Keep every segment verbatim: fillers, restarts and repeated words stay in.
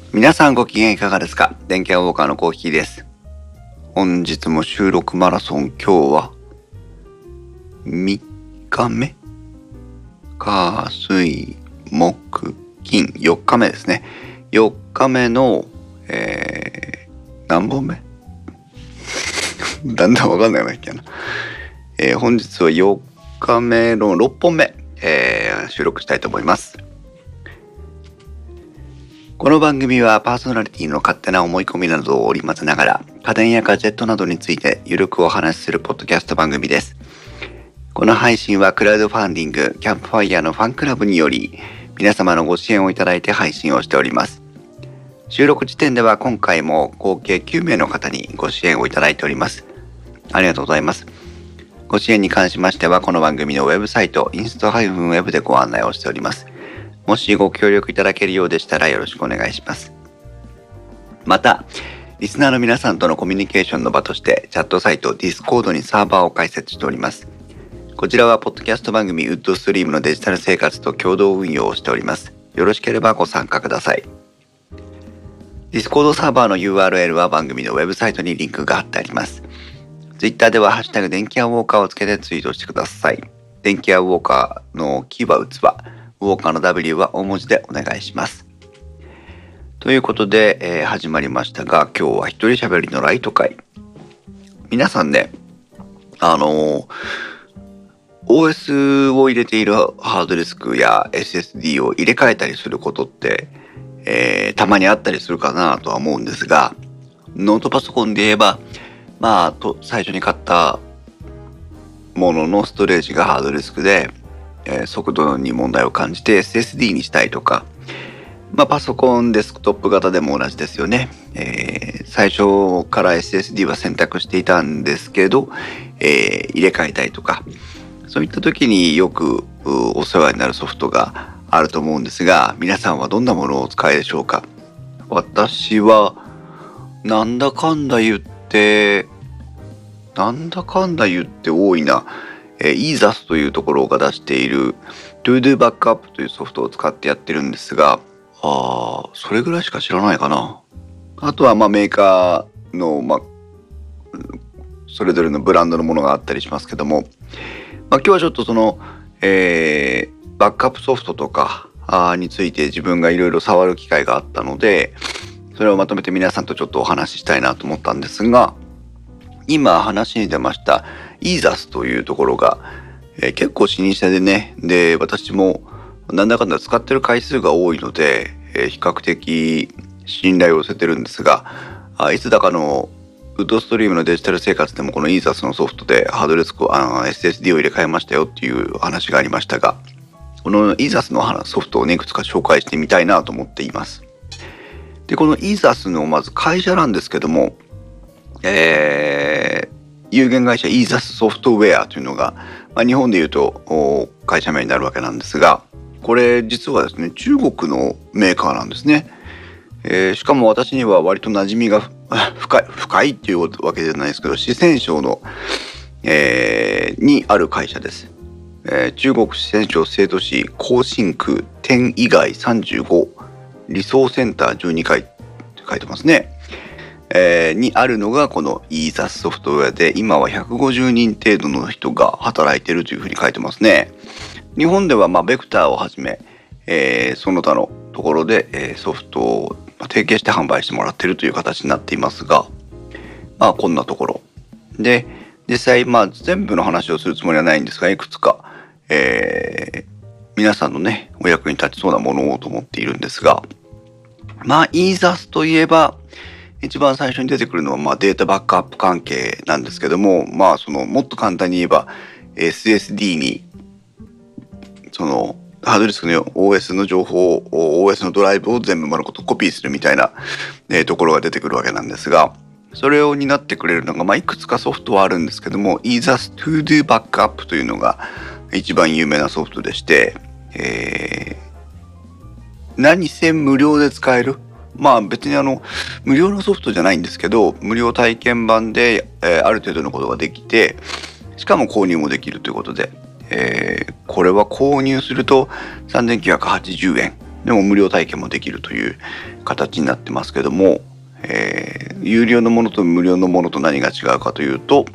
皆さんご機嫌いかがですか？電気屋ウォーカーのコーヒーです。本日も収録マラソン、今日はみっかめ、火水木金よっかめですね。よっかめの、えー、何本目だんだんわかんないようなっけな、えー、本日はよっかめのろっぽんめ、えー、収録したいと思います。この番組はパーソナリティの勝手な思い込みなどを織り交ぜながら家電やガジェットなどについてゆるくお話しするポッドキャスト番組です。この配信はクラウドファンディングキャンプファイヤーのファンクラブにより皆様のご支援をいただいて配信をしております。収録時点では今回も合計きゅうめいの方にご支援をいただいております。ありがとうございます。ご支援に関しましてはこの番組のウェブサイトインスト -web でご案内をしております。もしご協力いただけるようでしたらよろしくお願いします。また、リスナーの皆さんとのコミュニケーションの場としてチャットサイト Discord にサーバーを開設しております。こちらはポッドキャスト番組ウッドストリームのデジタル生活と共同運用をしております。よろしければご参加ください。Discord サーバーの ユーアールエル は番組のウェブサイトにリンクが貼ってあります。Twitter ではハッシュタグ電気屋ウォーカーをつけてツイートしてください。電気屋ウォーカーのキーは器、ウォーカーの ダブリュー は大文字でお願いします。ということで、えー、始まりましたが、今日は一人喋りのライト会。皆さんね、あのー、オーエス を入れているハードディスクや エスエスディー を入れ替えたりすることって、えー、たまにあったりするかなとは思うんですが、ノートパソコンで言えば、まあ、と最初に買ったもののストレージがハードディスクで、えー、速度に問題を感じて エスエスディー にしたいとか、まあ、パソコンデスクトップ型でも同じですよね。えー、最初から エスエスディー は選択していたんですけど、えー、入れ替えたいとか、そういった時によくお世話になるソフトがあると思うんですが、皆さんはどんなものをお使いでしょうか？私はなんだかんだ言ってなんだかんだ言って多いな。えー、イーザス というところが出している ToDo Backup というソフトを使ってやってるんですが、あー、それぐらいしか知らないかな。あとはまあメーカーの、まあ、それぞれのブランドのものがあったりしますけども、まあ、今日はちょっとその、えー、バックアップソフトとかあについて自分がいろいろ触る機会があったので、それをまとめて皆さんとちょっとお話ししたいなと思ったんですが、今話に出ましたイーザスというところが、えー、結構老舗でね、で私もなんだかんだ使ってる回数が多いので、えー、比較的信頼を寄せてるんですが、あいつだかのウッドストリームのデジタル生活でもこのイーザスのソフトでハードディスクあの エスエスディー を入れ替えましたよっていう話がありましたが、このイーザスのソフトをねいくつか紹介してみたいなと思っています。でこのイーザスのまず会社なんですけども、えー、有限会社イーザスソフトウェアというのが、まあ、日本でいうと会社名になるわけなんですが、これ実はですね中国のメーカーなんですね。えー、しかも私には割と馴染みが深い深いっていうわけじゃないですけど、四川省の、えー、にある会社です。えー、中国四川省成都市広新区天以外さんじゅうご理想センターじゅうにかいって書いてますね。えー、にあるのがこのイーザスソフトウェアで、今はひゃくごじゅうにん程度の人が働いているというふうに書いてますね。日本ではまあベクターをはじめ、えー、その他のところで、えー、ソフトを提携して販売してもらっているという形になっていますが、まあこんなところで、実際まあ全部の話をするつもりはないんですが、いくつか、えー、皆さんのねお役に立ちそうなものをと思っているんですが、まあイーザスといえば一番最初に出てくるのはまあデータバックアップ関係なんですけども、まあそのもっと簡単に言えば エスエスディー にそのハードディスクの オーエス の情報を オーエス のドライブを全部丸ごとコピーするみたいな、えー、ところが出てくるわけなんですが、それを担ってくれるのが、まあ、いくつかソフトはあるんですけども、イーザス ToDo Backup というのが一番有名なソフトでして、えー、何せ無料で使える。まあ別にあの無料のソフトじゃないんですけど、無料体験版で、えー、ある程度のことができて、しかも購入もできるということで、えー、これは購入するとさんぜんきゅうひゃくはちじゅうえんでも無料体験もできるという形になってますけども、えー、有料のものと無料のものと何が違うかというと、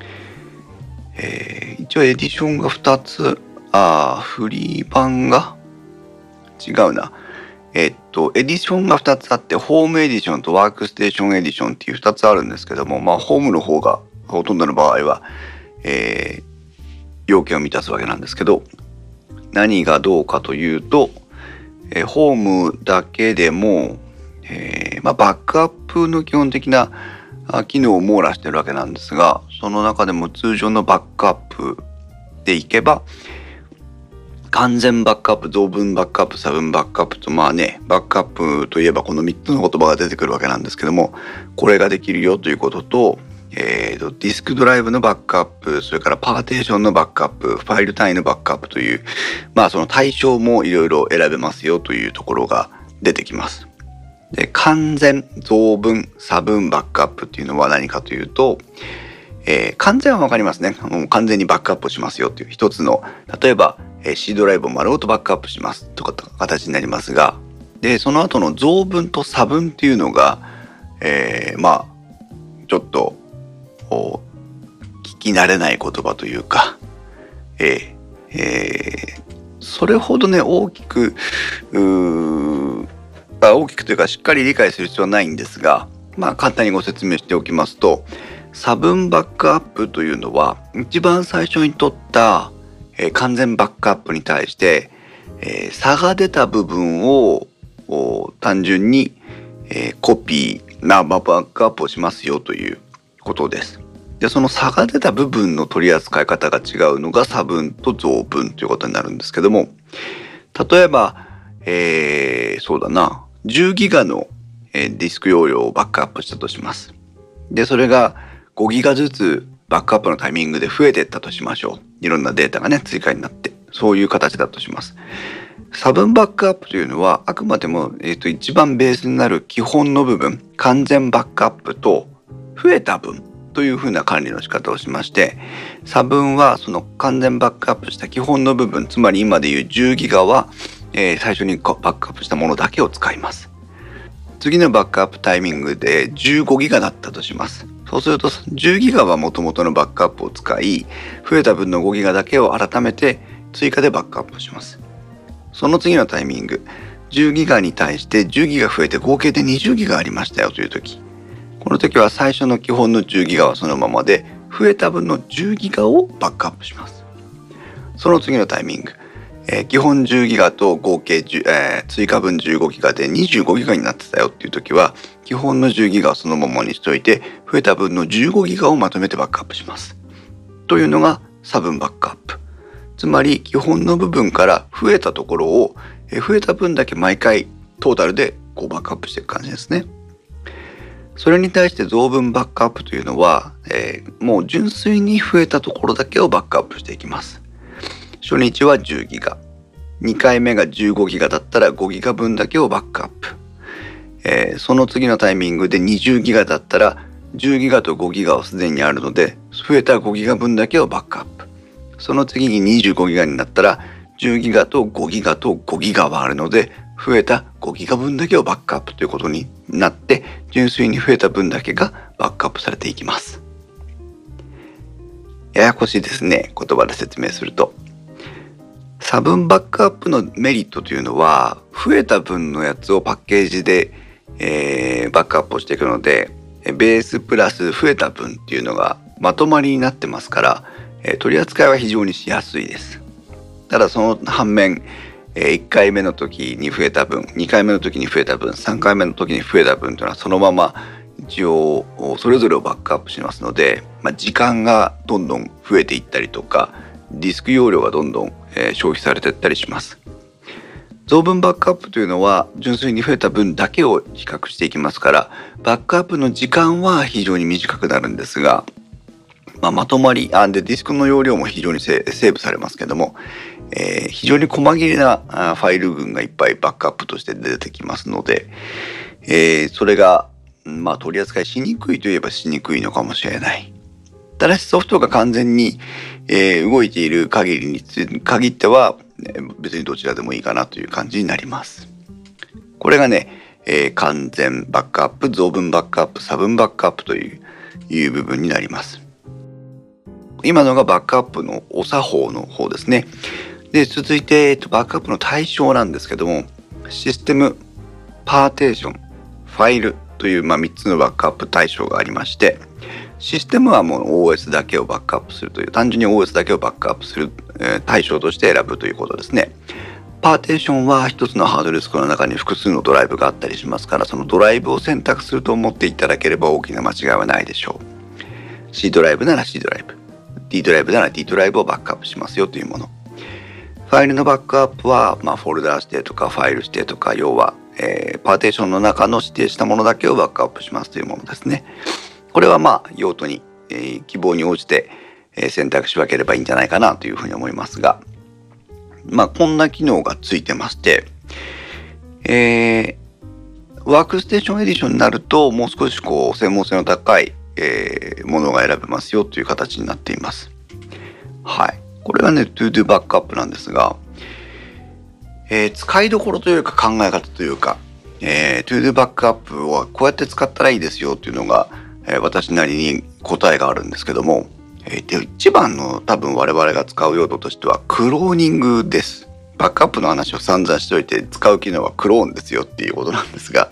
えー、一応エディションがふたつ、あフリー版が違うな。えっと、エディションがふたつあって、ホームエディションとワークステーションエディションっていうふたつあるんですけども、まあ、ホームの方がほとんどの場合は、えー、要件を満たすわけなんですけど、何がどうかというと、えー、ホームだけでも、えーまあ、バックアップの基本的な機能を網羅してるわけなんですが、その中でも通常のバックアップでいけば、完全バックアップ、増分バックアップ、差分バックアップと、まあね、バックアップといえばこのみっつの言葉が出てくるわけなんですけども、これができるよということと、えーと、ディスクドライブのバックアップ、それからパーテーションのバックアップ、ファイル単位のバックアップという、まあその対象もいろいろ選べますよというところが出てきます。で、完全、増分、差分バックアップっていうのは何かというと、えー、完全はわかりますね。もう完全にバックアップしますよっていう一つの、例えば、えー、C ドライブを丸ごとバックアップしますとかって形になりますが、で、その後の増分と差分っていうのが、えー、まあ、ちょっと、聞き慣れない言葉というか、えーえー、それほどね、大きく、うー大きくというかしっかり理解する必要はないんですが、まあ簡単にご説明しておきますと、差分バックアップというのは一番最初に取った、えー、完全バックアップに対して、えー、差が出た部分を単純に、えー、コピー、まあ、バックアップをしますよということです。で、その差が出た部分の取り扱い方が違うのが差分と増分ということになるんですけども、例えば、えー、そうだな、じゅうギガの、えー、ディスク容量をバックアップしたとします。で、それがごギガずつバックアップのタイミングで増えていったとしましょう。いろんなデータがね、追加になって、そういう形だとします。差分バックアップというのは、あくまでも、えーと、一番ベースになる基本の部分、完全バックアップと増えた分というふうな管理の仕方をしまして、差分はその完全バックアップした基本の部分、つまり今でいうじゅうギガは、えー、最初にバックアップしたものだけを使います。次のバックアップタイミングでじゅうごギガだったとします。そうするとじゅうギガは元々のバックアップを使い、増えた分のごギガだけを改めて追加でバックアップします。その次のタイミング、じゅうギガに対してじゅうギガ増えて合計でにじゅうギガありましたよという時、この時は最初の基本のじゅうギガはそのままで、増えた分のじゅうギガをバックアップします。その次のタイミング、えー、基本じゅうギガと合計じゅう、えー、追加分じゅうごギガでにじゅうごギガになってたよっていう時は、基本のじゅうギガをそのままにしておいて、増えた分のじゅうごギガをまとめてバックアップします。というのが差分バックアップ。つまり基本の部分から増えたところを、えー、増えた分だけ毎回トータルでこうバックアップしていく感じですね。それに対して増分バックアップというのは、えー、もう純粋に増えたところだけをバックアップしていきます。初日はじゅうギガ、にかいめがじゅうごギガだったらごギガ分だけをバックアップ、えー、その次のタイミングでにじゅうギガだったらじゅうギガとごギガはすでにあるので、増えたごギガ分だけをバックアップ。その次ににじゅうごギガになったらじゅうギガとごギガとごギガはあるので、増えたごギガ分だけをバックアップということになって、純粋に増えた分だけがバックアップされていきます。ややこしいですね、言葉で説明すると。差分バックアップのメリットというのは、増えた分のやつをパッケージで、えー、バックアップをしていくので、ベースプラス増えた分っていうのがまとまりになってますから、えー、取り扱いは非常にしやすいです。ただその反面、えー、いっかいめの時に増えた分、にかいめの時に増えた分、さんかいめの時に増えた分というのはそのまま一応それぞれをバックアップしますので、まあ、時間がどんどん増えていったりとか、ディスク容量がどんどん、えー、消費されていったりします。増分バックアップというのは純粋に増えた分だけを比較していきますから、バックアップの時間は非常に短くなるんですが、まあ、まとまりあでディスクの容量も非常にセーブされますけども、えー、非常に細切れなファイル群がいっぱいバックアップとして出てきますので、えー、それが、まあ、取り扱いしにくいといえばしにくいのかもしれない。ただしソフトが完全に、えー、動いている限りに限っては別にどちらでもいいかなという感じになります。 これがね、えー、完全バックアップ、増分バックアップ、差分バックアップという、いう部分になります。今のがバックアップのお作法の方ですね。で、続いて、えっと、バックアップの対象なんですけども、システム、パーテーション、ファイルという、まあ、みっつのバックアップ対象がありまして、システムはもう オーエス だけをバックアップするという、単純に オーエス だけをバックアップする、えー、対象として選ぶということですね。パーテーションは一つのハードディスクの中に複数のドライブがあったりしますから、そのドライブを選択すると思っていただければ大きな間違いはないでしょう。C ドライブなら C ドライブ、D ドライブなら D ドライブをバックアップしますよというもの。ファイルのバックアップは、まあ、フォルダー指定とかファイル指定とか、要は、えー、パーテーションの中の指定したものだけをバックアップしますというものですね。これはまあ用途に、えー、希望に応じて、えー、選択し分ければいいんじゃないかなというふうに思いますが、まあこんな機能がついてまして、えー、ワークステーションエディションになるともう少しこう専門性の高い、えー、ものが選べますよという形になっています。はい。これはね、ToDo バックアップなんですが、えー、使いどころというか考え方というか、えー、ToDo バックアップはこうやって使ったらいいですよというのが、えー、私なりに答えがあるんですけども、えー、で一番の多分我々が使う用途としてはクローニングです。バックアップの話を散々しておいて使う機能はクローンですよっていうことなんですが、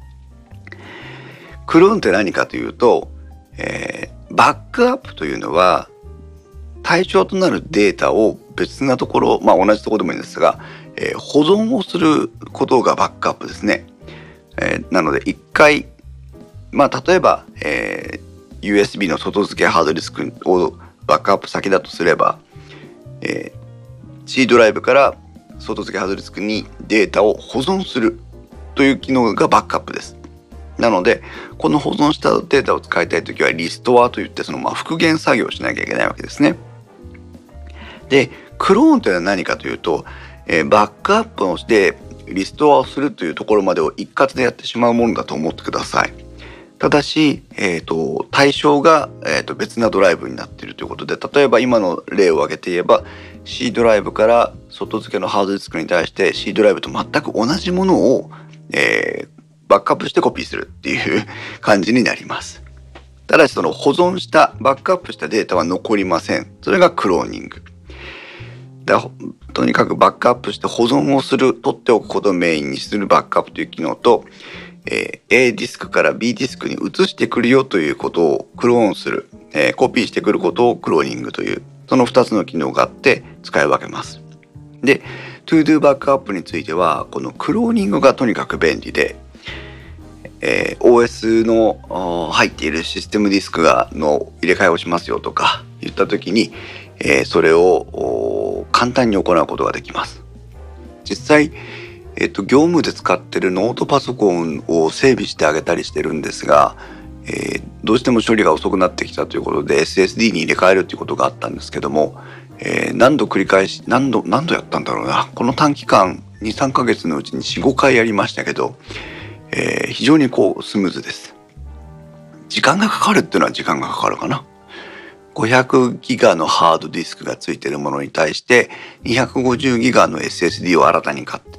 クローンって何かというと、えー、バックアップというのは対象となるデータを別なところ、まあ同じところでもいいんですが、えー、保存をすることがバックアップですね。えー、なので一回、まあ例えば、えー、ユーエスビー の外付けハードディスクをバックアップ先だとすれば、えー、C ドライブから外付けハードディスクにデータを保存するという機能がバックアップです。なのでこの保存したデータを使いたいときはリストアといってそのまあ復元作業をしなきゃいけないわけですね。で、クローンというのは何かというと、えー、バックアップをしてリストアをするというところまでを一括でやってしまうものだと思ってください。ただし、えーと、対象が、えーと、別なドライブになっているということで、例えば今の例を挙げて言えば C ドライブから外付けのハードディスクに対して C ドライブと全く同じものを、えー、バックアップしてコピーするっていう感じになります。ただしその保存したバックアップしたデータは残りません。それがクローニング。だとにかくバックアップして保存をする、取っておくことをメインにするバックアップという機能と、えー、A ディスクから B ディスクに移してくるよということをクローンする、えー、コピーしてくることをクローニングという、そのふたつの機能があって使い分けます。で、ToDo バックアップについてはこのクローニングがとにかく便利で、えー、オーエス の入っているシステムディスクがの入れ替えをしますよとか言った時に、えー、それを簡単に行うことができます。実際、えーと、業務で使っているノートパソコンを整備してあげたりしてるんですが、えー、どうしても処理が遅くなってきたということで エスエスディー に入れ替えるということがあったんですけども、えー、何度繰り返し何度何度やったんだろうな、この短期間 にさんかげつのうちに よん,ご 回やりましたけど、えー、非常にこうスムーズです。時間がかかるっていうのは時間がかかるかな。ごひゃくギガのハードディスクがついているものに対してにひゃくごじゅうギガの エスエスディー を新たに買って、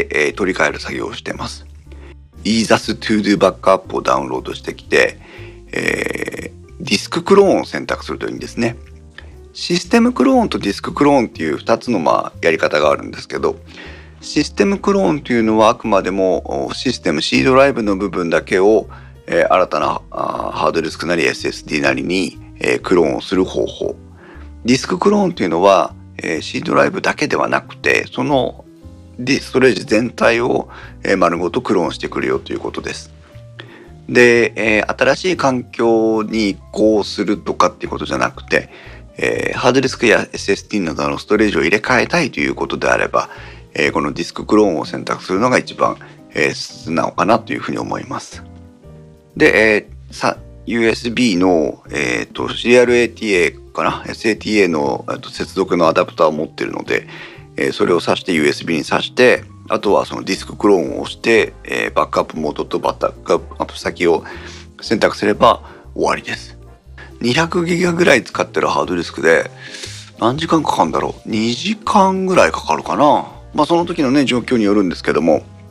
えー、取り替える作業をしています。イーザス ToDo バックアップをダウンロードしてきて、えー、ディスククローンを選択するといいんですね。システムクローンとディスククローンっていうふたつのまあやり方があるんですけど、システムクローンというのはあくまでもシステム C ドライブの部分だけを、えー、新たなハードディスクなり エスエスディー なりに、えー、クローンをする方法。ディスククローンというのは、えー、C ドライブだけではなくてそのストレージ全体を、えー、丸ごとクローンしてくるよということです。で、えー、新しい環境に移行するとかっていうことじゃなくて、えー、ハードディスクや エスエスディー などのストレージを入れ替えたいということであれば、えー、このディスククローンを選択するのが一番、えー、素直かなというふうに思います。で、えー、さ ユーエスビー の、えー、と シーリアルエーティーエー かな エスエーティーエー のと接続のアダプターを持っているので、えー、それを挿して ユーエスビー に挿して、あとはそのディスククローンを押して、えー、バックアップモードとバックアップ先を選択すれば終わりです。にひゃくギガぐらい使ってるハードディスクで何時間かかるんだろう、にじかんぐらいかかるかな。まあその時のね状況によるんですけども、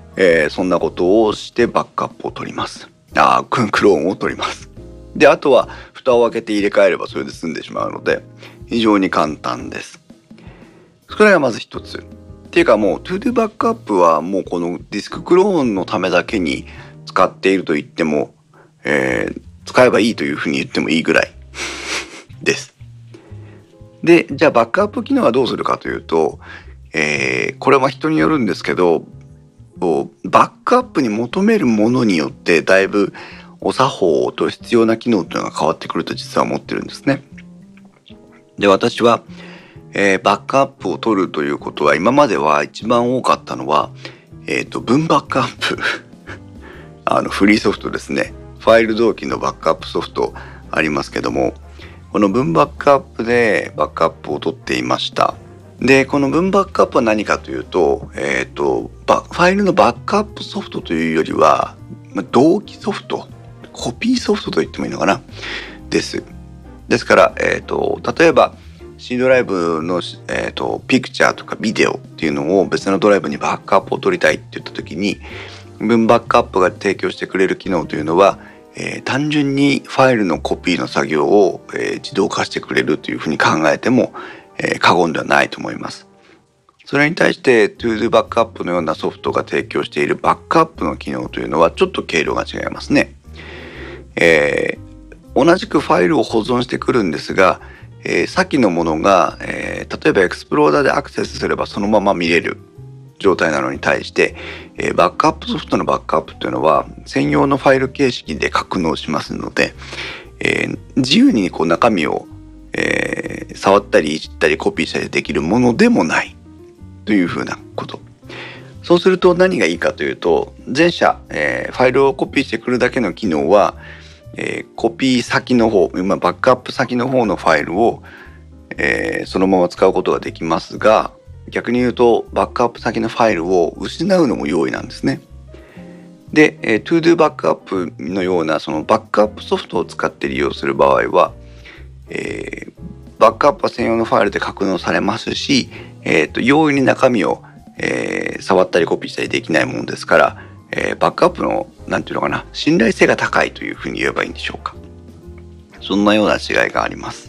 えー、そんなことをしてバックアップを取ります。あークローンを取ります。であとは蓋を開けて入れ替えればそれで済んでしまうので非常に簡単です。それがまず一つ。っていうかもう ToDo バックアップはもうこのディスククローンのためだけに使っていると言っても、えー、使えばいいというふうに言ってもいいぐらいです。でじゃあバックアップ機能はどうするかというと、えー、これは人によるんですけど、バックアップに求めるものによってだいぶお作法と必要な機能というのが変わってくると実は思ってるんですね。で私は、えー、バックアップを取るということは今までは一番多かったのは、えーと、文バックアップあのフリーソフトですね。ファイル同期のバックアップソフトありますけども、この文バックアップでバックアップを取っていました。でこの文バックアップは何かというと、えーと、ファイルのバックアップソフトというよりは同期ソフト、コピーソフトと言ってもいいのかなです。ですから、えーと、例えば C ドライブの、えーと、ピクチャーとかビデオっていうのを別のドライブにバックアップを取りたいって言った時に文バックアップが提供してくれる機能というのは、えー、単純にファイルのコピーの作業を、えー、自動化してくれるというふうに考えても、えー、過言ではないと思います。それに対して ToDo バックアップのようなソフトが提供しているバックアップの機能というのはちょっと経路が違いますね。えー、同じくファイルを保存してくるんですが、えー、先のものが、えー、例えばエクスプローラーでアクセスすればそのまま見れる状態なのに対して、えー、バックアップソフトのバックアップというのは専用のファイル形式で格納しますので、えー、自由にこう中身を、えー、触ったりいじったりコピーしたりできるものでもないというふうなこと。そうすると何がいいかというと、前者、えー、ファイルをコピーしてくるだけの機能は、えー、コピー先の方、今バックアップ先の方のファイルを、えー、そのまま使うことができますが、逆に言うとバックアップ先のファイルを失うのも容易なんですね。で、えー、ToDo バックアップのようなそのバックアップソフトを使って利用する場合は、えー、バックアップは専用のファイルで格納されますし、えー、と容易に中身を、えー、触ったりコピーしたりできないものですから、えー、バックアップのなんていうのかな、信頼性が高いというふうに言えばいいんでしょうか。そんなような違いがあります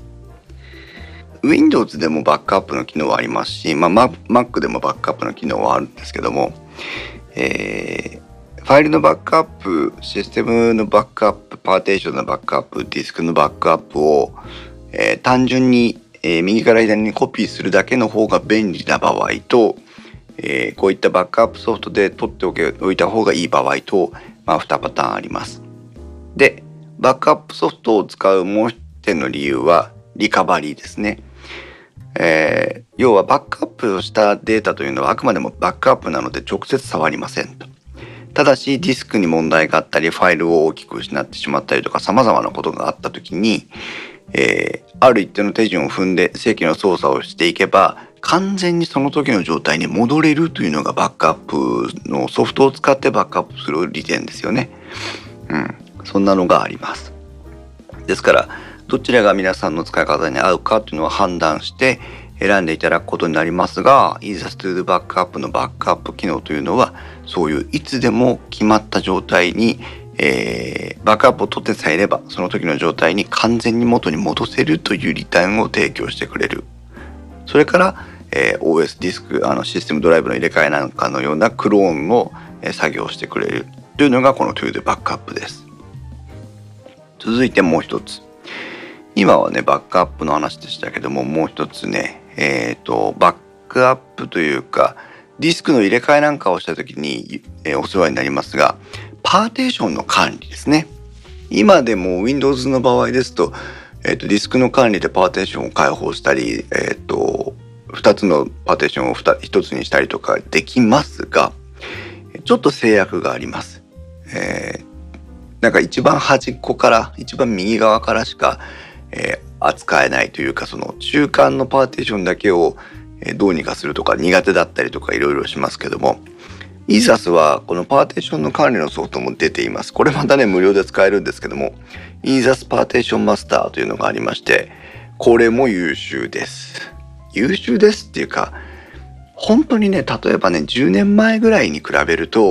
。Windows でもバックアップの機能はありますし、まあ、Mac でもバックアップの機能はあるんですけども、えー、ファイルのバックアップ、システムのバックアップ、パーテーションのバックアップ、ディスクのバックアップを、えー、単純に、えー、右から左にコピーするだけの方が便利な場合と、えー、こういったバックアップソフトで取っておけおいた方がいい場合と、まあ、にパターンあります。で、バックアップソフトを使うもう一点の理由はリカバリーですね。えー、要はバックアップをしたデータというのはあくまでもバックアップなので直接触りませんと。ただしディスクに問題があったりファイルを大きく失ってしまったりとか様々なことがあった時に、えー、ある一定の手順を踏んで正規の操作をしていけば完全にその時の状態に戻れるというのがバックアップのソフトを使ってバックアップする利点ですよね。うん、そんなのがあります。ですからどちらが皆さんの使い方に合うかというのは判断して選んでいただくことになりますが、 Easy to do バックアップのバックアップ機能というのはそういういつでも決まった状態に、えー、バックアップを取ってさえいればその時の状態に完全に元に戻せるという利点を提供してくれる。それから、えー、オーエス ディスクあのシステムドライブの入れ替えなんかのようなクローンの、えー、作業をしてくれるというのがこの ToDo バックアップです。続いてもう一つ、今はねバックアップの話でしたけども、もう一つね、えっとバックアップというかディスクの入れ替えなんかをした時に、えー、お世話になりますが、パーテーションの管理ですね。今でも Windows の場合ですと、えー、とディスクの管理でパーテーションを開放したり、えっとふたつのパーテーションをひとつにしたりとかできますが、ちょっと制約があります。えー、なんか一番端っこから一番右側からしかえー、扱えないというか、その中間のパーテーションだけを、えー、どうにかするとか苦手だったりとかいろいろしますけども、イーサスはこのパーテーションの管理のソフトも出ています。これまたね無料で使えるんですけども、イーサスパーテーションマスターというのがありまして、これも優秀です。優秀ですっていうか、本当にね、例えばねじゅうねんまえぐらいに比べると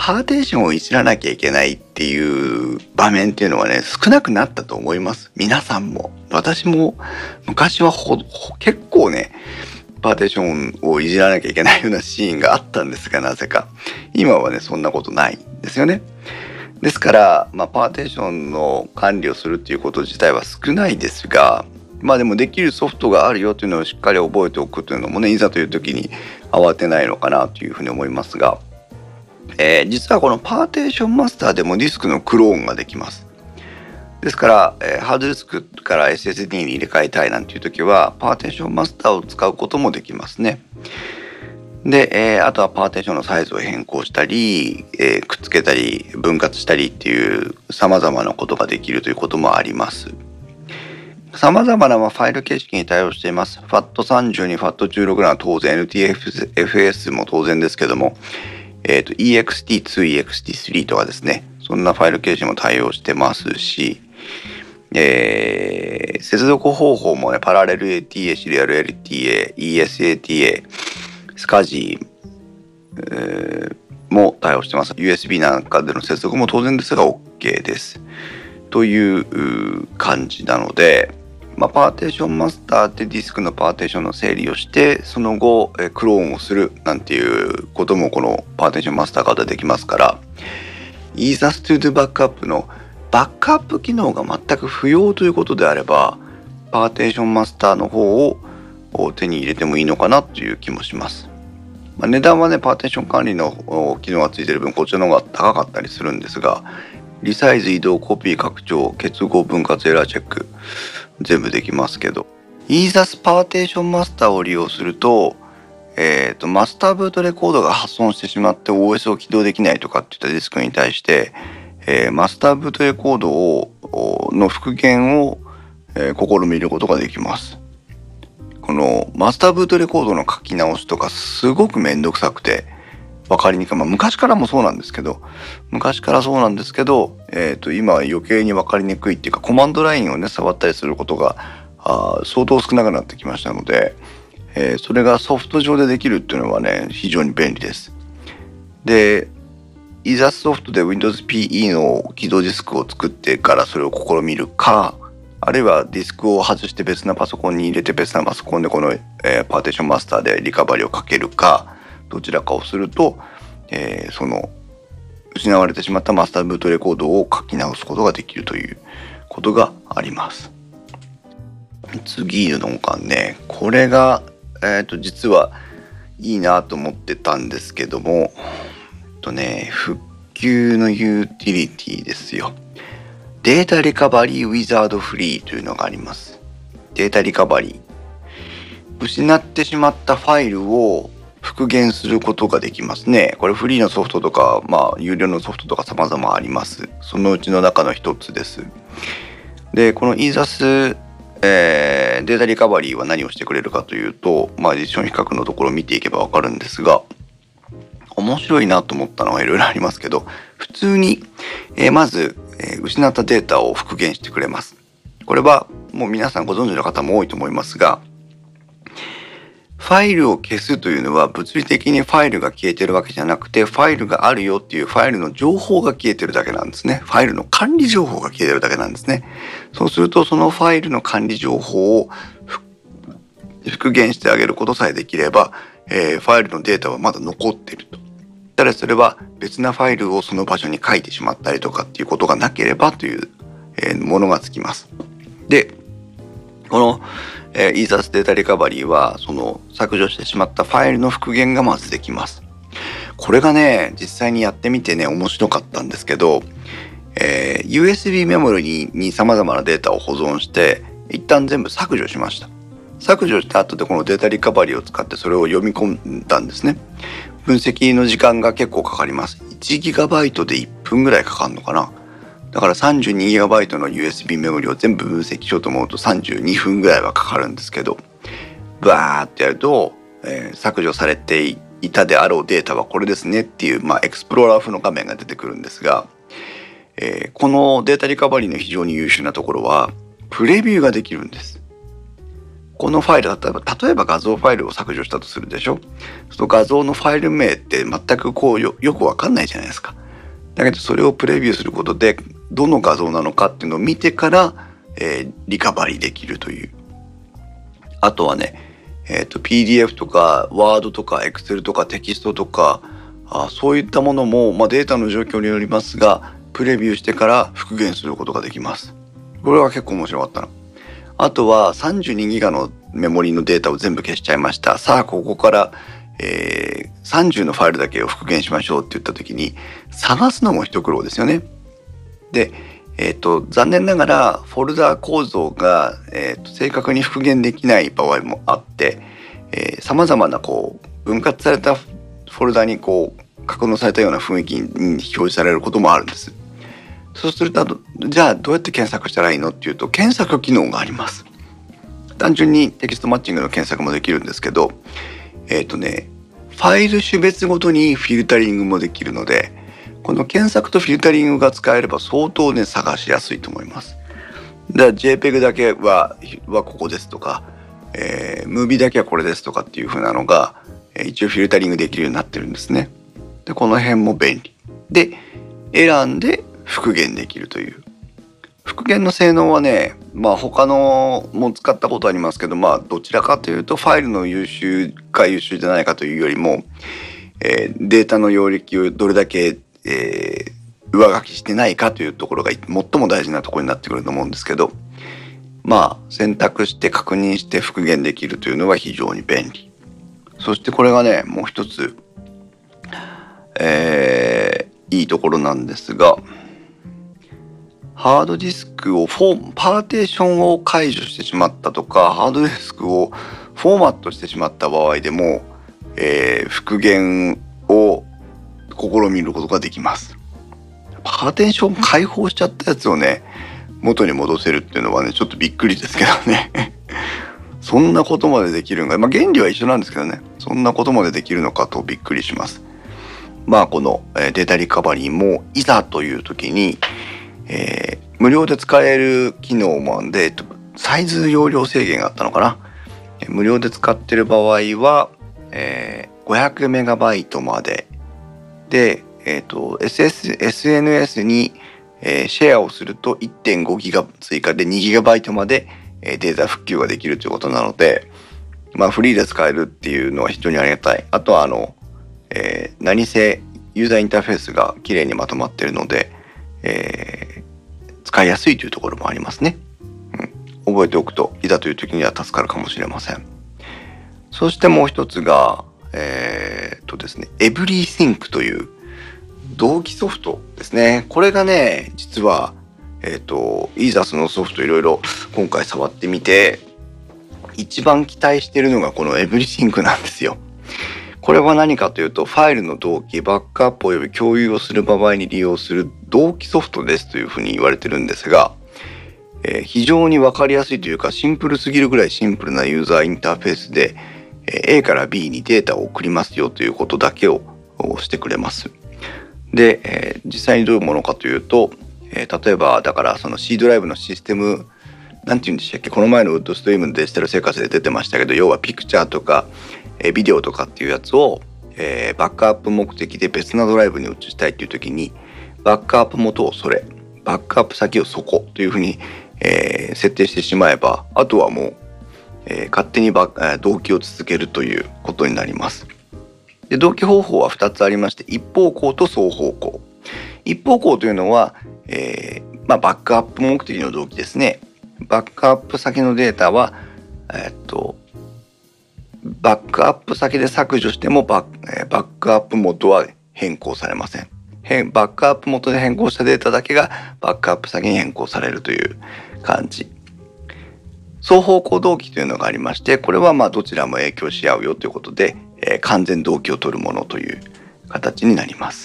パーテーションをいじらなきゃいけないっていう場面っていうのはね、少なくなったと思います。皆さんも。私も昔はほほ結構ね、パーテーションをいじらなきゃいけないようなシーンがあったんですが、なぜか。今はね、そんなことないんですよね。ですから、まあ、パーテーションの管理をするっていうこと自体は少ないですが、まあでもできるソフトがあるよというのをしっかり覚えておくというのもね、いざという時に慌てないのかなというふうに思いますが、えー、実はこのパーテーションマスターでもディスクのクローンができます。ですから、えー、ハードディスクから エスエスディー に入れ替えたいなんていう時はパーテーションマスターを使うこともできますね。で、えー、あとはパーテーションのサイズを変更したり、えー、くっつけたり分割したりっていう様々なことができるということもあります。様々なファイル形式に対応しています。ファットさんじゅうに、ファットじゅうろく は当然 エヌティーエフエス も当然ですけども、えーと、イーエックスティーツー、イーエックスティースリー とかですね、そんなファイル形式も対応してますし、えー、接続方法もね、パラレル エーティーエー、シリアル エルティーエー、イーエスエーティーエー、スカジー、えー、も対応してます。ユーエスビー なんかでの接続も当然ですが OK です。という感じなので、まあ、パーテーションマスターでディスクのパーテーションの整理をして、その後えクローンをするなんていうこともこのパーテーションマスターからできますから、イーザストゥードバックアップのバックアップ機能が全く不要ということであれば、パーテーションマスターの方を手に入れてもいいのかなという気もします。まあ、値段はね、パーテーション管理の機能がついている分こちらの方が高かったりするんですが、リサイズ、移動、コピー、拡張、結合、分割、エラーチェック全部できますけど、イーザスパーテーションマスターを利用すると、えーと、マスターブートレコードが破損してしまって オーエス を起動できないとかっていったディスクに対して、えー、マスターブートレコードをの復元を、えー、試みることができます。このマスターブートレコードの書き直しとかすごくめんどくさくて分かりにくい。まあ昔からもそうなんですけど、昔からそうなんですけど、えっと今は余計に分かりにくいっていうか、コマンドラインをね触ったりすることがあ相当少なくなってきましたので、えー、それがソフト上でできるっていうのはね非常に便利です。で、イーザスソフトで Windows ピーイー の起動ディスクを作ってからそれを試みるか、あるいはディスクを外して別なパソコンに入れて別なパソコンでこの、えー、パーテーションマスターでリカバリーをかけるか、どちらかをすると、えー、その失われてしまったマスターブートレコードを書き直すことができるということがあります。次のがね、これが、えー、と実はいいなと思ってたんですけども、えっとね、復旧のユーティリティですよ。データリカバリーウィザードフリーというのがあります。データリカバリー。失ってしまったファイルを復元することができますね。これフリーのソフトとか、まあ有料のソフトとか様々あります。そのうちの中の一つです。で、この イーザス、えー、データリカバリーは何をしてくれるかというと、まあ実証比較のところを見ていけばわかるんですが、面白いなと思ったのはいろいろありますけど、普通に、えー、まず、えー、失ったデータを復元してくれます。これはもう皆さんご存知の方も多いと思いますが、ファイルを消すというのは物理的にファイルが消えてるわけじゃなくて、ファイルがあるよっていうファイルの情報が消えてるだけなんですね。ファイルの管理情報が消えてるだけなんですね。そうするとそのファイルの管理情報を復元してあげることさえできれば、えー、ファイルのデータはまだ残っていると。ただそれは別なファイルをその場所に書いてしまったりとかっていうことがなければという、えー、ものがつきます。で、このえー、イーザスデータリカバリーはその削除してしまったファイルの復元がまずできます。これがね実際にやってみてね面白かったんですけど、えー、ユーエスビー メモリに様々なデータを保存して一旦全部削除しました。削除した後でこのデータリカバリーを使ってそれを読み込んだんですね。分析の時間が結構かかります。いちギガバイトでいっぷんぐらいかかるのかな。だから さんじゅうにギガバイト の ユーエスビー メモリを全部分析しようと思うとさんじゅうにふんぐらいはかかるんですけど、バーってやると、えー、削除されていたであろうデータはこれですねっていう、まあ、エクスプローラー風の画面が出てくるんですが、えー、このデータリカバリーの非常に優秀なところはプレビューができるんです。 このファイルだったら例えば画像ファイルを削除したとするでしょ。その画像のファイル名って全くこう よ, よくわかんないじゃないですか。だけどそれをプレビューすることでどの画像なのかっていうのを見てから、えー、リカバリーできるという。あとはね、えーと、ピーディーエフ とか Word とか Excel とかテキストとかあそういったものも、まあ、データの状況によりますがプレビューしてから復元することができます。これは結構面白かったな。あとはさんじゅうにギガのメモリのデータを全部消しちゃいました。さあここから、えー、さんじゅうのファイルだけを復元しましょうって言った時に探すのも一苦労ですよね。で、えーと、残念ながらフォルダー構造が、えーと、正確に復元できない場合もあって、えー、様々なこう分割されたフォルダにこう格納されたような雰囲気に表示されることもあるんです。そうするとじゃあどうやって検索したらいいのっていうと検索機能があります。単純にテキストマッチングの検索もできるんですけど、えっとねファイル種別ごとにフィルタリングもできるので、この検索とフィルタリングが使えれば相当ね探しやすいと思います。だから JPEG だけははここですとか、えー、ムービーだけはこれですとかっていう風なのが、えー、一応フィルタリングできるようになってるんですね。でこの辺も便利で選んで復元できるという。復元の性能はね、まあ他のも使ったことありますけど、まあどちらかというとファイルの優秀か優秀じゃないかというよりも、えー、データの容力をどれだけ、えー、上書きしてないかというところが最も大事なところになってくると思うんですけど、まあ選択して確認して復元できるというのは非常に便利。そしてこれがねもう一つ、えー、いいところなんですが、ハードディスクをフォーパーテーションを解除してしまったとか、ハードディスクをフォーマットしてしまった場合でも、えー、復元を試みることができます。パーテーション解放しちゃったやつをね元に戻せるっていうのはねちょっとびっくりですけどねそんなことまでできるんが、まあ原理は一緒なんですけどね、そんなことまでできるのかとびっくりします。まあこのデータリカバリーもいざという時にえー、無料で使える機能もあんでサイズ容量制限があったのかな。無料で使ってる場合は、えー、ごひゃくメガバイトまでで、えーと、エスエス エスエヌエス に、えー、シェアをすると いってんごギガ追加でにギガバイトまで、えー、データ復旧ができるということなので、まあフリーで使えるっていうのは非常にありがたい。あとはあの、えー、何せユーザーインターフェースが綺麗にまとまっているので、えー、使いやすいというところもありますね、うん、覚えておくといざという時には助かるかもしれません。そしてもう一つがえー、っとですね Everythink という同期ソフトですね。これがね実はえー、っとイーザスのソフトいろいろ今回触ってみて一番期待しているのがこの Everythink なんですよ。これは何かというとファイルの同期、バックアップおよび共有をする場合に利用する同期ソフトですというふうに言われてるんですが、えー、非常に分かりやすいというかシンプルすぎるぐらいシンプルなユーザーインターフェースで、えー、A から B にデータを送りますよということだけをしてくれます。で、えー、実際にどういうものかというと、えー、例えばだからその C ドライブのシステムなんて言うんでしたっけ、この前のウッドストリームのデジタル生活で出てましたけど、要はピクチャーとかえビデオとかっていうやつを、えー、バックアップ目的で別なドライブに移したいっていう時にバックアップ元をそれ、バックアップ先をそこというふうに、えー、設定してしまえば、あとはもう、えー、勝手にバッ、同期を続けるということになります。で同期方法はふたつありまして、一方向と双方向。一方向というのは、えーまあ、バックアップ目的の同期ですね。バックアップ先のデータは、えー、っとバックアップ先で削除してもバッ、えー、バックアップ元は変更されません。バックアップ元で変更したデータだけがバックアップ先に変更されるという感じ。双方向同期というのがありまして、これはまあどちらも影響し合うよということで、えー、完全同期を取るものという形になります。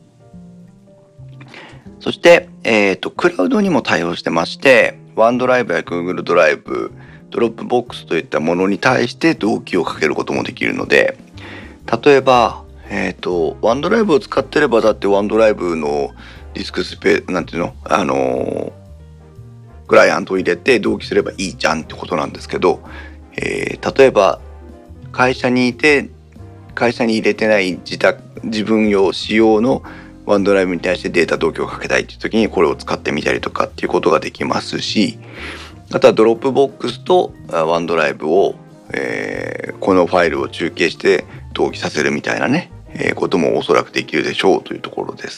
そして、えーと、クラウドにも対応してまして、ワンドライブや Google ドライブ、ドロップボックスといったものに対して同期をかけることもできるので、例えば、えーと、ワンドライブを使ってればだってワンドライブのディスクスペースなんていうの、あのー、クライアントを入れて同期すればいいじゃんってことなんですけど、 えー、例えば会社にいて会社に入れてない自宅自分用仕様のワンドライブに対してデータ同期をかけたいっていう時にこれを使ってみたりとかっていうことができますし、あとはドロップボックスとワンドライブを、えー、このファイルを中継して同期させるみたいなね、えー、こともおそらくできるでしょうというところです。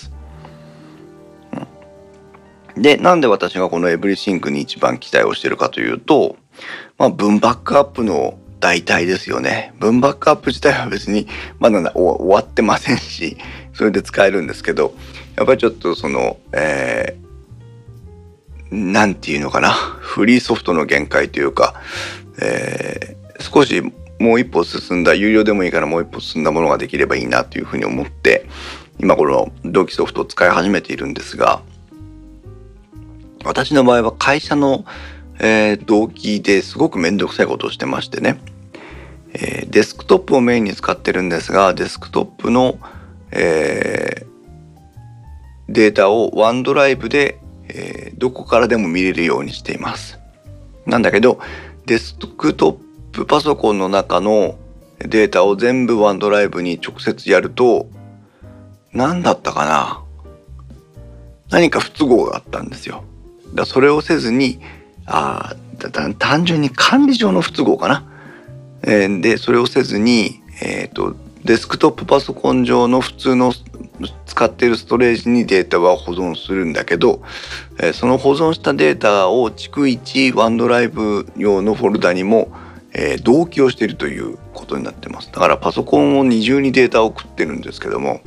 うん、で、なんで私がこのエブリシンクに一番期待をしているかというと、まあ、文バックアップの代替ですよね。文バックアップ自体は別にまだ終わってませんし、それで使えるんですけど、やっぱりちょっとその、えー、なんていうのかな、フリーソフトの限界というか、えー、少しもう一歩進んだ、有料でもいいからもう一歩進んだものができればいいなというふうに思って、今この同期ソフトを使い始めているんですが、私の場合は会社のえー、同期ですごくめんどくさいことをしてましてね、えー、デスクトップをメインに使ってるんですが、デスクトップの、えー、データをワンドライブで、えー、どこからでも見れるようにしています。なんだけどデスクトップパソコンの中のデータを全部ワンドライブに直接やると、何だったかな、何か不都合があったんですよ。だそれをせずにあ単純に管理上の不都合かな、えー、でそれをせずに、えーと、デスクトップパソコン上の普通の使っているストレージにデータは保存するんだけど、えー、その保存したデータを逐一ワンドライブ用のフォルダにも、えー、同期をしているということになってます。だからパソコンを二重にデータを送ってるんですけども、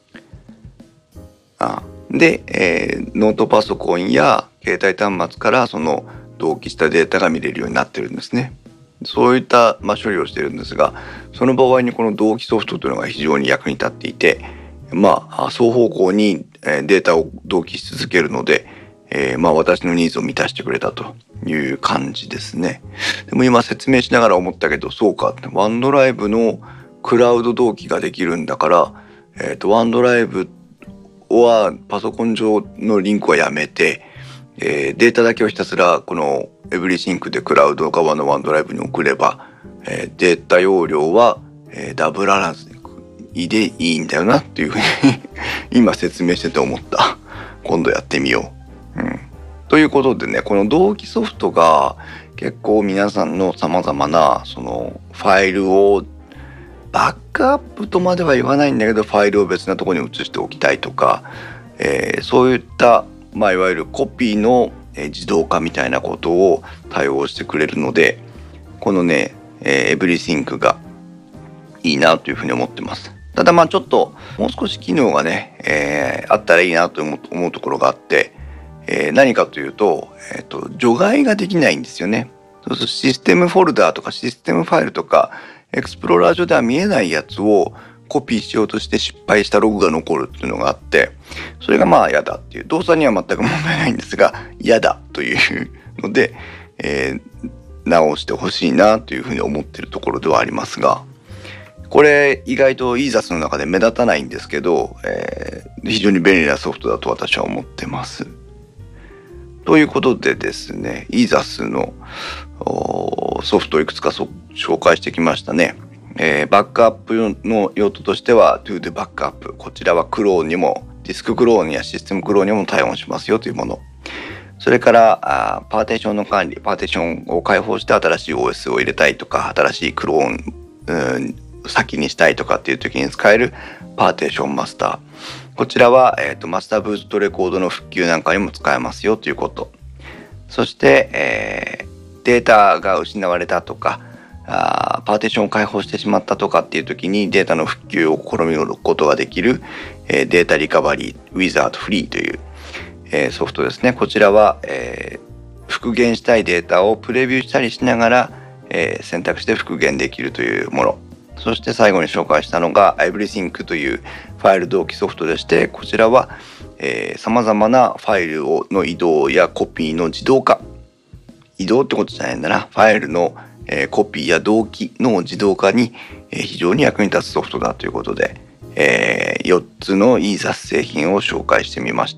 あで、えー、ノートパソコンや携帯端末からその同期したデータが見れるようになってるんですね。そういった、まあ、処理をしてるんですが、その場合にこの同期ソフトというのが非常に役に立っていて、まあ双方向にデータを同期し続けるので、えー、まあ私のニーズを満たしてくれたという感じですね。でも今説明しながら思ったけど、そうか、ワンドライブのクラウド同期ができるんだから、えーと、ワンドライブはパソコン上のリンクはやめて、えー、データだけをひたすらこのエブリシンクでクラウド側のワンドライブに送れば、えー、データ容量は、えー、ダブらずにでいいんだよなっていうふうに今説明してて思った。今度やってみよう、うん、ということでね、この同期ソフトが結構皆さんのさまざまなそのファイルをバックアップとまでは言わないんだけど、ファイルを別なところに移しておきたいとか、えー、そういったまあ、いわゆるコピーの自動化みたいなことを対応してくれるので、このね、エブリシンクがいいなというふうに思ってます。ただまあちょっともう少し機能がね、えー、あったらいいなと思う、思うところがあって、えー、何かというと、えーと、除外ができないんですよね。そうするとシステムフォルダーとかシステムファイルとかエクスプローラー上では見えないやつをコピーしようとして失敗したログが残るっていうのがあって、それがまあ嫌だっていう、動作には全く問題ないんですが嫌だというので、えー、直してほしいなというふうに思っているところではありますが、これ意外とイーザスの中で目立たないんですけど、えー、非常に便利なソフトだと私は思ってます。ということでですね、イーザスのソフトをいくつか紹介してきましたね。えー、バックアップの用途としては To do Backup、 こちらはクローンにもディスククローンやシステムクローンにも対応しますよというもの。それからあパーテーションの管理、パーテーションを開放して新しい オーエス を入れたいとか、新しいクローン、うん、先にしたいとかっていう時に使えるパーテーションマスター、こちらは、えーと、マスターブートレコードの復旧なんかにも使えますよということ。そして、えー、データが失われたとか、あパーテーションを開放してしまったとかっていう時にデータの復旧を試みることができる、えー、データリカバリーウィザードフリーという、えー、ソフトですね。こちらは、えー、復元したいデータをプレビューしたりしながら、えー、選択して復元できるというもの。そして最後に紹介したのが EverySync というファイル同期ソフトでして、こちらはさまざまなファイルをの移動やコピーの自動化、移動ってことじゃないんだな、ファイルのえー、コピーや同期の自動化に、えー、非常に役に立つソフトだということで、えー、よっつのイーザス製品を紹介してみました。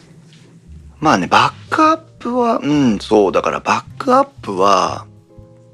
まあね、バックアップはうんそうだからバックアップは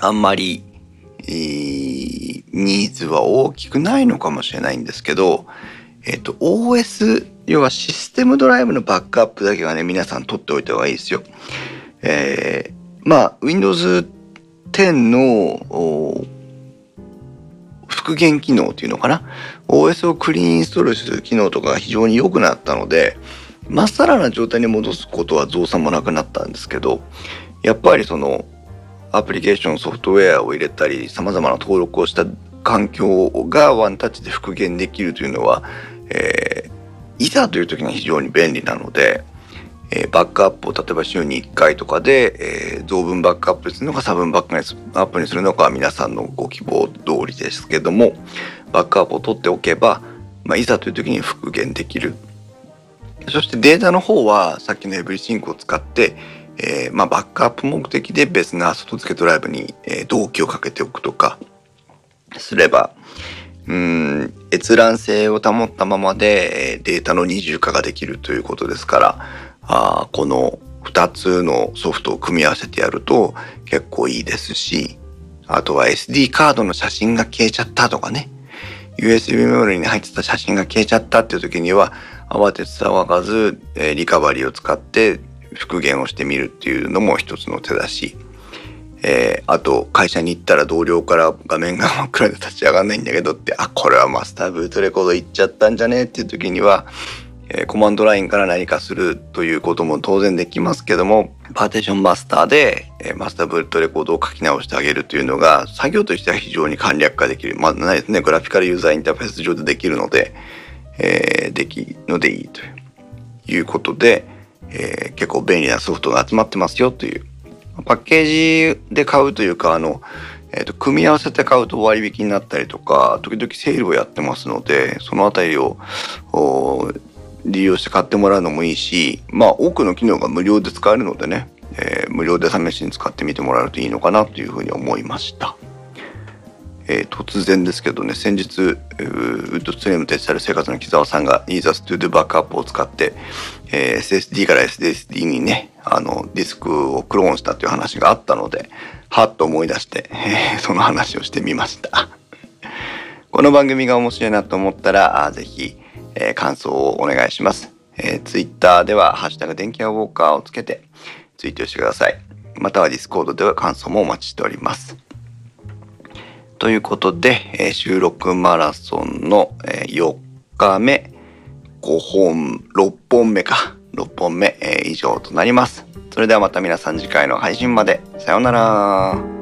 あんまり、えー、ニーズは大きくないのかもしれないんですけど、えっと、オーエス、要はシステムドライブのバックアップだけはね、皆さん取っておいた方がいいですよ。えー、まあ、Windows テンの復元機能っていうのかな、 オーエス をクリーンインストールする機能とかが非常に良くなったので、まっさらな状態に戻すことは造作もなくなったんですけど、やっぱりそのアプリケーションソフトウェアを入れたり様々な登録をした環境がワンタッチで復元できるというのは、えー、いざという時に非常に便利なので、えー、バックアップを例えば週にいっかいとかで、えー、増分バックアップするのか差分バックアップにするのかは皆さんのご希望通りですけども、バックアップを取っておけば、まあ、いざという時に復元できる。そしてデータの方はさっきのエブリシンクを使って、えーまあ、バックアップ目的で別な外付けドライブに、えー、同期をかけておくとかすれば、うーん閲覧性を保ったままでデータの二重化ができるということですから、あこのふたつのソフトを組み合わせてやると結構いいですし、あとは エスディー カードの写真が消えちゃったとかね、 ユーエスビー メモリに入ってた写真が消えちゃったっていう時には慌てて騒がず、えー、リカバリーを使って復元をしてみるっていうのも一つの手だし、えー、あと会社に行ったら同僚から画面が真っ暗で立ち上がんないんだけどって、あこれはマスターブートレコード行っちゃったんじゃねっていう時には、えー、コマンドラインから何かするということも当然できますけども、パーテーションマスターで、えー、マスターブートレコードを書き直してあげるというのが作業としては非常に簡略化できる、まあないですね、グラフィカルユーザーインターフェース上でできるので、えー、できるのでいいということで、えー、結構便利なソフトが集まってますよという、パッケージで買うというか、あの、えーと、組み合わせて買うと割引になったりとか、時々セールをやってますので、そのあたりを利用して買ってもらうのもいいし、まあ多くの機能が無料で使えるのでね、えー、無料で試しに使ってみてもらえるといいのかなというふうに思いました。えー、突然ですけどね、先日ウッドストリームデジタル生活の木澤さんが Needless to do バックアップを使って、えー、エスエスディー から エスエスディー にね、あのディスクをクローンしたという話があったので、はっと思い出して、えー、その話をしてみましたこの番組が面白いなと思ったらぜひ、えー、感想をお願いします。えー、Twitter ではハッシュタグ電気屋ウォーカーをつけてツイートしてください。または Discord では感想もお待ちしております。ということで、えー、収録マラソンの、えー、よっかめ、ごほん、ろっぽんめか、ろっぽんめ、えー、以上となります。それではまた皆さん次回の配信まで。さようなら。